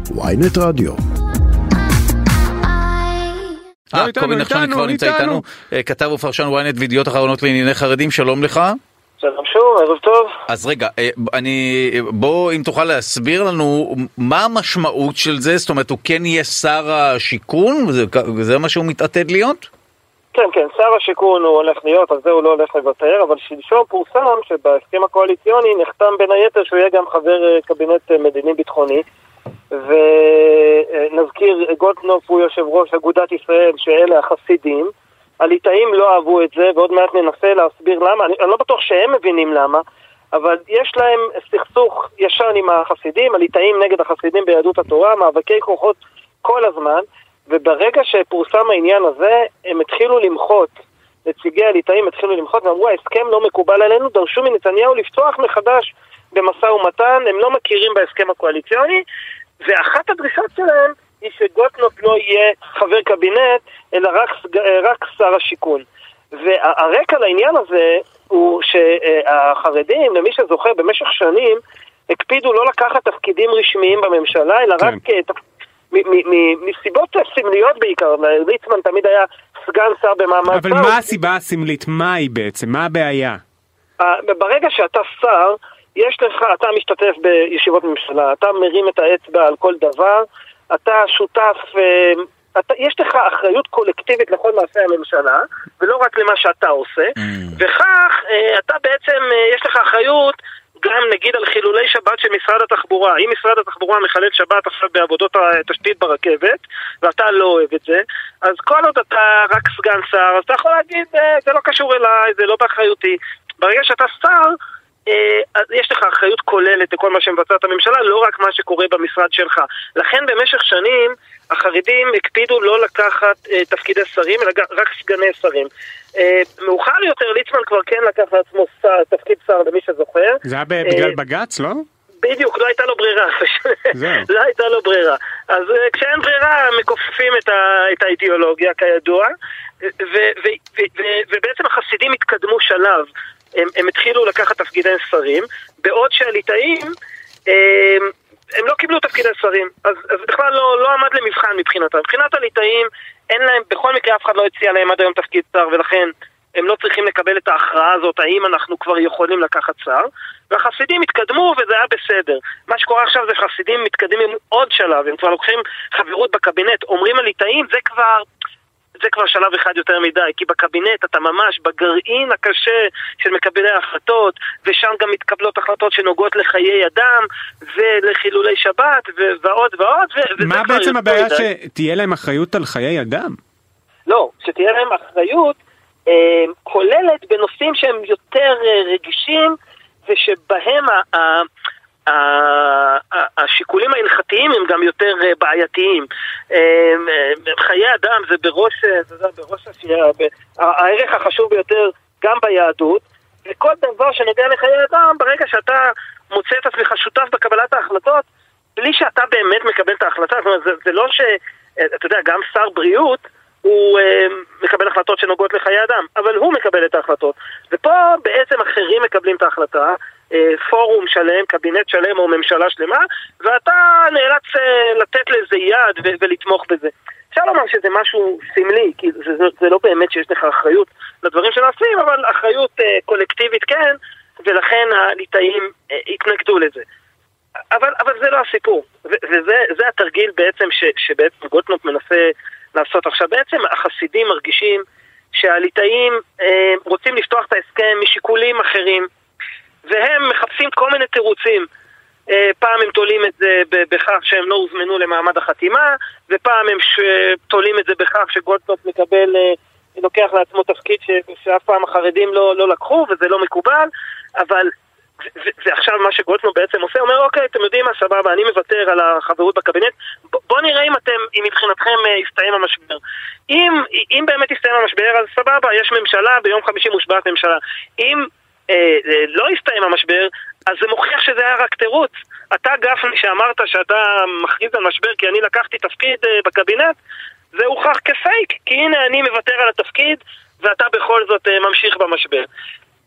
ynet רדיו. קובי נחשון כבר נמצא איתנו, כתב ופרשן ynet וידיעות אחרונות לענייני חרדים, שלום לך. שלום שוב, ערב טוב. אז רגע, בוא אם תוכל להסביר לנו מה המשמעות של זה, זאת אומרת הוא כן יהיה שר השיכון, זה מה שהוא מתעתד להיות? כן, שר השיכון הוא הולך להיות, אז זה הוא לא הולך לוותר, אבל שלשום פורסם שבהסכם הקואליציוני נחתם בין היתר שהוא יהיה גם חבר קבינט מדיני ביטחוני, ונזכיר, גולדקנופ הוא יושב ראש אגודת ישראל שאלה החסידים, הליטאים לא אהבו את זה, ועוד מעט ננסה להסביר למה, אני לא בטוח שהם מבינים למה, אבל יש להם סכסוך ישן עם החסידים, הליטאים נגד החסידים ביהדות התורה, מאבקי כוחות כל הזמן, וברגע שפורסם העניין הזה, הם התחילו למחות, נציגי הליטאים התחילו למחות, ואמרו, ההסכם לא מקובל עלינו, דרשו מנתניהו לפתוח מחדש במשא ומתן, הם לא מכירים בהסכם הקואליציוני, ואחת הדרישות שלהם היא שגולדקנופ לא יהיה חבר קבינט, אלא רק שר השיכון. והרקע לעניין הזה הוא שהחרדים, למי שזוכר, במשך שנים, הקפידו לא לקחת תפקידים רשמיים בממשלה, אלא רק מסיבות סמליות בעיקר. ליצמן תמיד היה סגן שר במעמד שר. אבל מה הסיבה הסמלית? מה היא בעצם? מה הבעיה? ברגע שאתה שר, יש לך, אתה משתתף בישיבות ממשלה, אתה מרים את האצבע על כל דבר, אתה שותף, יש לך אחריות קולקטיבית לכל מעשה הממשלה, ולא רק למה שאתה עושה, וכך אתה בעצם, יש לך אחריות גם נגיד על חילולי שבת של משרד התחבורה. אם משרד התחבורה מחלל שבת עכשיו בעבודות התשתית ברכבת, ואתה לא אוהב את זה, אז כל עוד אתה רק סגן שר, אז אתה יכול להגיד, זה לא קשור אליי, זה לא באחריותי. ברגע שאתה שר, אז יש לך אחריות כוללת לכל מה שמבצעת הממשלה, לא רק מה שקורה במשרד שלך. לכן במשך שנים החרדים הקפידו לא לקחת תפקידי שרים, אלא רק סגני שרים. מאוחר יותר ליצמן כבר כן לקח לעצמו תפקיד שר, למי שזוכר. זה היה בגלל בגץ, לא? בדיוק, לא הייתה לו ברירה. לא הייתה לו ברירה. אז כשאין ברירה מכופפים את האידיאולוגיה כידוע, ובעצם החסידים התקדמו שלב. הם התחילו לקחת תפקידי שרים, בעוד שהליטאים הם לא קיבלו תפקידי שרים, אז בכלל לא עמד למבחן מבחינתם. מבחינת הליטאים, אין להם, בכל מקרה אף אחד לא הציע להם עד היום תפקיד שר, ולכן הם לא צריכים לקבל את ההכרעה הזאת, האם אנחנו כבר יכולים לקחת שר, והחסידים התקדמו וזה היה בסדר. מה שקורה עכשיו זה חסידים מתקדמים עוד שלב, הם כבר לוקחים חברות בקבינט, אומרים הליטאים, זה כבר שלב אחד יותר מדי, כי בקבינט אתה ממש בגרעין הקשה של מקבלי ההחלטות, ושם גם מתקבלות החלטות שנוגעות לחיי אדם, ולחילולי שבת, ועוד ועוד. מה בעצם הבעיה שתהיה להם אחריות על חיי אדם? לא, שתהיה להם אחריות כוללת בנושאים שהם יותר רגישים, ושבהם השיקולים ההלכתיים הם גם יותר בעייתיים. חיי אדם זה בראש הערך החשוב ביותר גם ביהדות, וכל דבר שנוגע לחיי אדם, ברגע שאתה מוצא את עצמך שותף בקבלת ההחלטות, בלי שאתה באמת מקבל את ההחלטה, זאת אומרת, זה לא אתה יודע, גם שר בריאות הוא מקבל החלטות שנוגעות לחיי אדם, אבל הוא מקבל את ההחלטות, ופה בעצם אחרים מקבלים את ההחלטה, פורום שלם, קבינט שלם או ממשלה שלמה, ואתה נאלץ לתת לזה יד ולתמוך בזה. אפשר לומר שזה משהו סמלי, כי זה לא באמת שיש לך אחריות לדברים שנעשים, אבל אחריות קולקטיבית כן, ולכן הליטאים התנגדו לזה. אבל זה לא הסיפור, וזה התרגיל בעצם שבעצם גולדקנופ מנסה לעשות. עכשיו בעצם החסידים מרגישים שהליטאים רוצים לפתוח את ההסכם משיקולים אחרים, והם מחפשים כל מיני תירוצים. פעם הם תולים את זה בכך שהם לא הוזמנו למעמד החתימה, ופעם הם תולים את זה בכך שגולדקנופ לוקח לעצמו תפקיד שאף פעם החרדים לא לקחו, וזה לא מקובל, אבל ועכשיו מה שגולדקנופ בעצם עושה, אומר אוקיי, אתם יודעים מה, סבבה, אני מוותר על החברות בקבינט, בוא נראה אם מבחינתכם יסתיים המשבר. אם באמת יסתיים המשבר, אז סבבה, יש ממשלה, ביום חמישי מושבעת ממשלה. אם לא יסתיים המשבר, אז זה מוכיח שזה היה רק תירוץ. אתה גפני שאמרת שאתה מכריז על משבר כי אני לקחתי תפקיד בקבינט, זה הוכח כפייק, כי הנה אני מוותר על התפקיד ואתה בכל זאת ממשיך במשבר.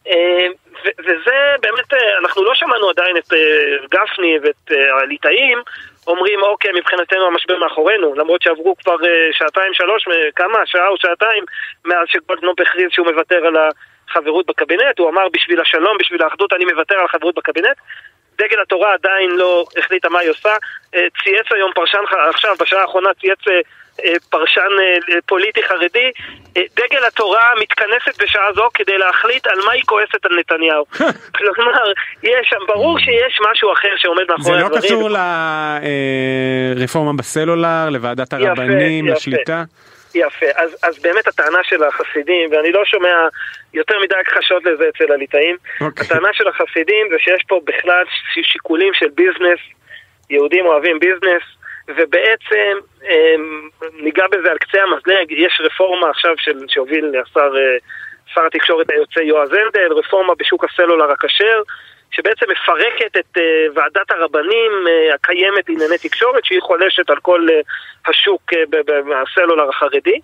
וזה באמת, אנחנו לא שמענו עדיין את גפני ואת הליטאים אומרים, אוקיי, מבחינתנו המשבר מאחורינו, למרות שעברו כבר שעתיים, שלוש, כמה, שעה או שעתיים, מאז שגולדקנופ הכריז שהוא מוותר על החברות בקבינט, הוא אמר בשביל השלום, בשביל האחדות, אני מוותר על החברות בקבינט. דגל התורה עדיין לא החליטה מה היא עושה, צייץ היום פרשן, עכשיו בשעה האחרונה צייץ פרשן פוליטי חרדי, דגל התורה מתכנסת בשעה זו כדי להחליט על מה היא כועסת על נתניהו. כלומר, יש שם, ברור שיש משהו אחר שעומד מאחורי הדברים. זה לא קשור לרפורמה בסלולר, לוועדת הרבנים, לשליטה? יפה, אז באמת הטענה של החסידים, ואני לא שומע יותר מדי הכחשות לזה אצל הליטאים, הטענה של החסידים זה שיש פה בכלל שיקולים של ביזנס, יהודים אוהבים ביזנס, ובעצם ניגע בזה על קצה המזלג, יש רפורמה עכשיו שהוביל שר התקשורת היוצא יועז הנדל, רפורמה בשוק הסלולר הכשר, שבעצם מפרקת את ועדת הרבנים הקיימת בענייני תקשורת, שהיא חולשת על כל השוק בסלולר החרדי,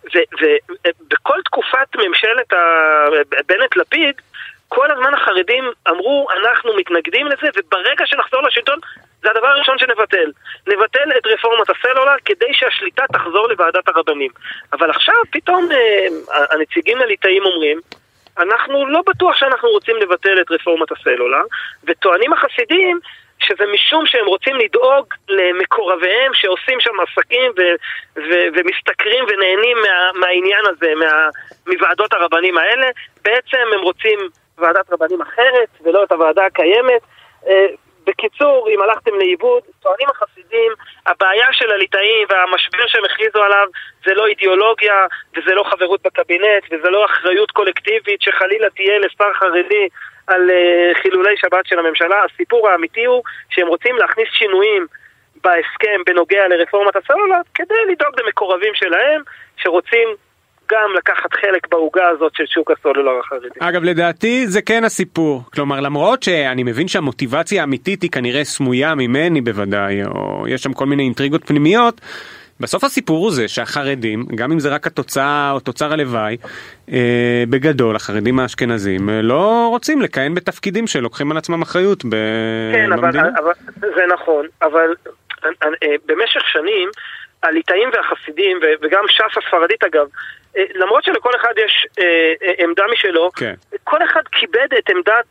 ובכל תקופת ממשלת בנט-לפיד, כל הזמן החרדים אמרו, אנחנו מתנגדים לזה, וברגע שנחזור לשלטון, זה הדבר הראשון שנבטל. נבטל את רפורמת הסלולר כדי שהשליטה תחזור לוועדת הרבנים. אבל עכשיו פתאום הנציגים הליטאים אומרים, אנחנו לא בטוח שאנחנו רוצים לבטל את רפורמת הסלולר, וטוענים החסידים שזה משום שהם רוצים לדאוג למקורביהם שעושים שם עסקים ומסתכרים ונהנים מהעניין הזה, מוועדות הרבנים האלה. בעצם הם רוצים ועדת רבנים אחרת ולא את הוועדה הקיימת. בקיצור, אם הלכתם לאיבוד, טוענים החסידים, הבעיה של הליטאים והמשבר שהם הכריזו עליו זה לא אידיאולוגיה וזה לא חברות בקבינט וזה לא אחריות קולקטיבית שחלילה תהיה לשר חרדי על חילולי שבת של הממשלה. הסיפור האמיתי הוא שהם רוצים להכניס שינויים בהסכם בנוגע לרפורמת הסלולר כדי לדאוג למקורבים שלהם שרוצים גם לקחת חלק בהוגה הזאת של שוק הסלולר החרדי. אגב, לדעתי זה כן הסיפור. כלומר, למרות שאני מבין שהמוטיבציה האמיתית היא כנראה סמויה ממני בוודאי, או יש שם כל מיני אינטריגות פנימיות, בסוף הסיפור הוא זה שהחרדים, גם אם זה רק התוצאה או תוצר הלוואי, בגדול, החרדים האשכנזים לא רוצים לכהן בתפקידים שלוקחים על עצמם אחריות במדינה. כן, אבל זה נכון, אבל במשך שנים, הליטאים והחסידים, וגם ש"ס הספרדית אגב, למרות שלכל אחד יש עמדה משלו, כן. כל אחד כיבד את עמדת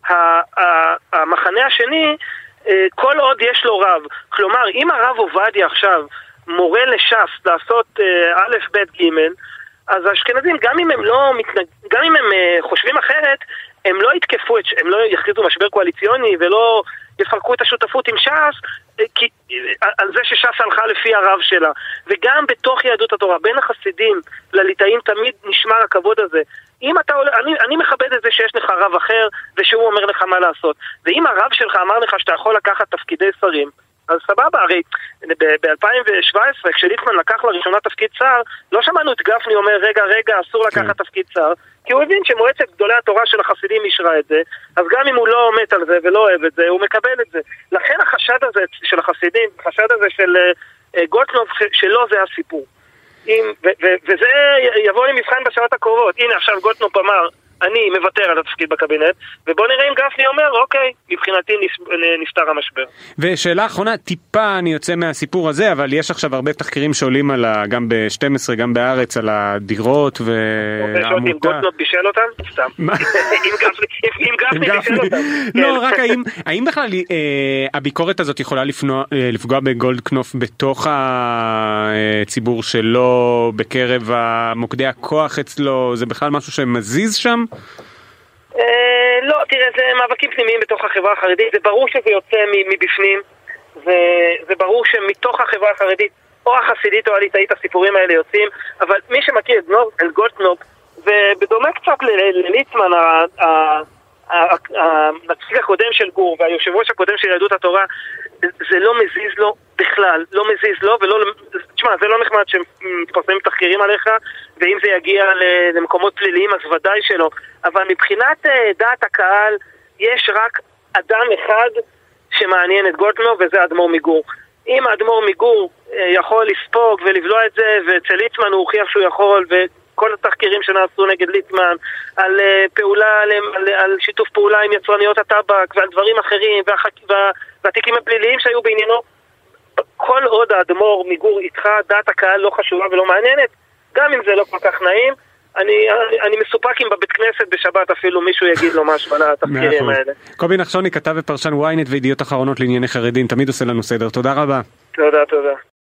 המחנה השני, כל עוד יש לו רב. כלומר, אם הרב עובדיה עכשיו מורה לש"ס לעשות א' ב' ג', אז האשכנזים, גם אם הם חושבים אחרת, הם לא יתקפו, הם לא יכריזו משבר קואליציוני ולא יפרקו את השותפות עם ש"ס על זה שש"ס הלכה לפי הרב שלה. וגם בתוך יהדות התורה, בין החסידים לליטאים תמיד נשמר הכבוד הזה. אני מכבד את זה שיש לך רב אחר ושהוא אומר לך מה לעשות. ואם הרב שלך אמר לך שאתה יכול לקחת תפקידי שרים, אז סבבה, הרי ב-2017 כשליצמן לקח לראשונה תפקיד שר, לא שמענו את גפני אומר רגע אסור לקחת תפקיד שר, כי הוא הבין שמועצת גדולי התורה של החסידים אישרה את זה, אז גם אם הוא לא עומד על זה ולא אוהב את זה, הוא מקבל את זה. לכן החשד הזה של החסידים, החשד הזה של גולדקנופ, שלא זה הסיפור. וזה יבוא למבחן בשעות הקרובות. הנה עכשיו גולדקנופ אמר, אני מוותר על התפקיד בקבינט, ובוא נראה אם גפני אומר, אוקיי, מבחינתי נפתר המשבר. ושאלה אחרונה, טיפה אני יוצא מהסיפור הזה, אבל יש עכשיו הרבה תחקירים שעולים גם ב-12, גם בארץ, על הדירות והעמותה. אם גולדקנופ בישל אותם? סתם. אם גפני בישל אותם. לא, רק האם בכלל הביקורת הזאת יכולה לפגוע בגולדקנופ בתוך הציבור שלו, בקרב מוקדי הכוח אצלו, זה בכלל משהו שמזיז שם? לא, תראה, זה מאבקים פנימיים בתוך החברה החרדית, זה ברור שזה יוצא מבפנים, זה ברור שמתוך החברה החרדית, או החסידית או הליטאית, הסיפורים האלה יוצאים, אבל מי שמכיר את גולדקנופ, ובדומה קצת לליצמן, הנציג הקודם של גור והיושב ראש הקודם של יהדות התורה, זה לא מזיז לו בכלל, לא מזיז לו, תשמע, זה לא נחמד שמתפרסמים תחקירים עליך, ואם זה יגיע למקומות פליליים אז ודאי שלא, אבל מבחינת דעת הקהל יש רק אדם אחד שמעניין את גולדקנופ, וזה אדמו"ר מגור. אם אדמו"ר מגור יכול לספוג ולבלוע את זה, ואצל ליצמן הוא הוכיח שהוא יכול, כל התחקירים שנעשו נגד ליצמן, על פעולה, על שיתוף פעולה עם יצרניות הטבק ועל דברים אחרים, והתיקים הפליליים שהיו בעניינו, כל עוד האדמו"ר מגור איתך, דעת הקהל לא חשובה ולא מעניינת, גם אם זה לא כל כך נעים, אני מסופק אם בבית כנסת בשבת אפילו מישהו יגיד לו משהו על התחקירים האלה. קובי נחשוני, כתב ופרשן ynet וידיעות אחרונות לענייני חרדים, תמיד עושה לנו סדר. תודה רבה. תודה.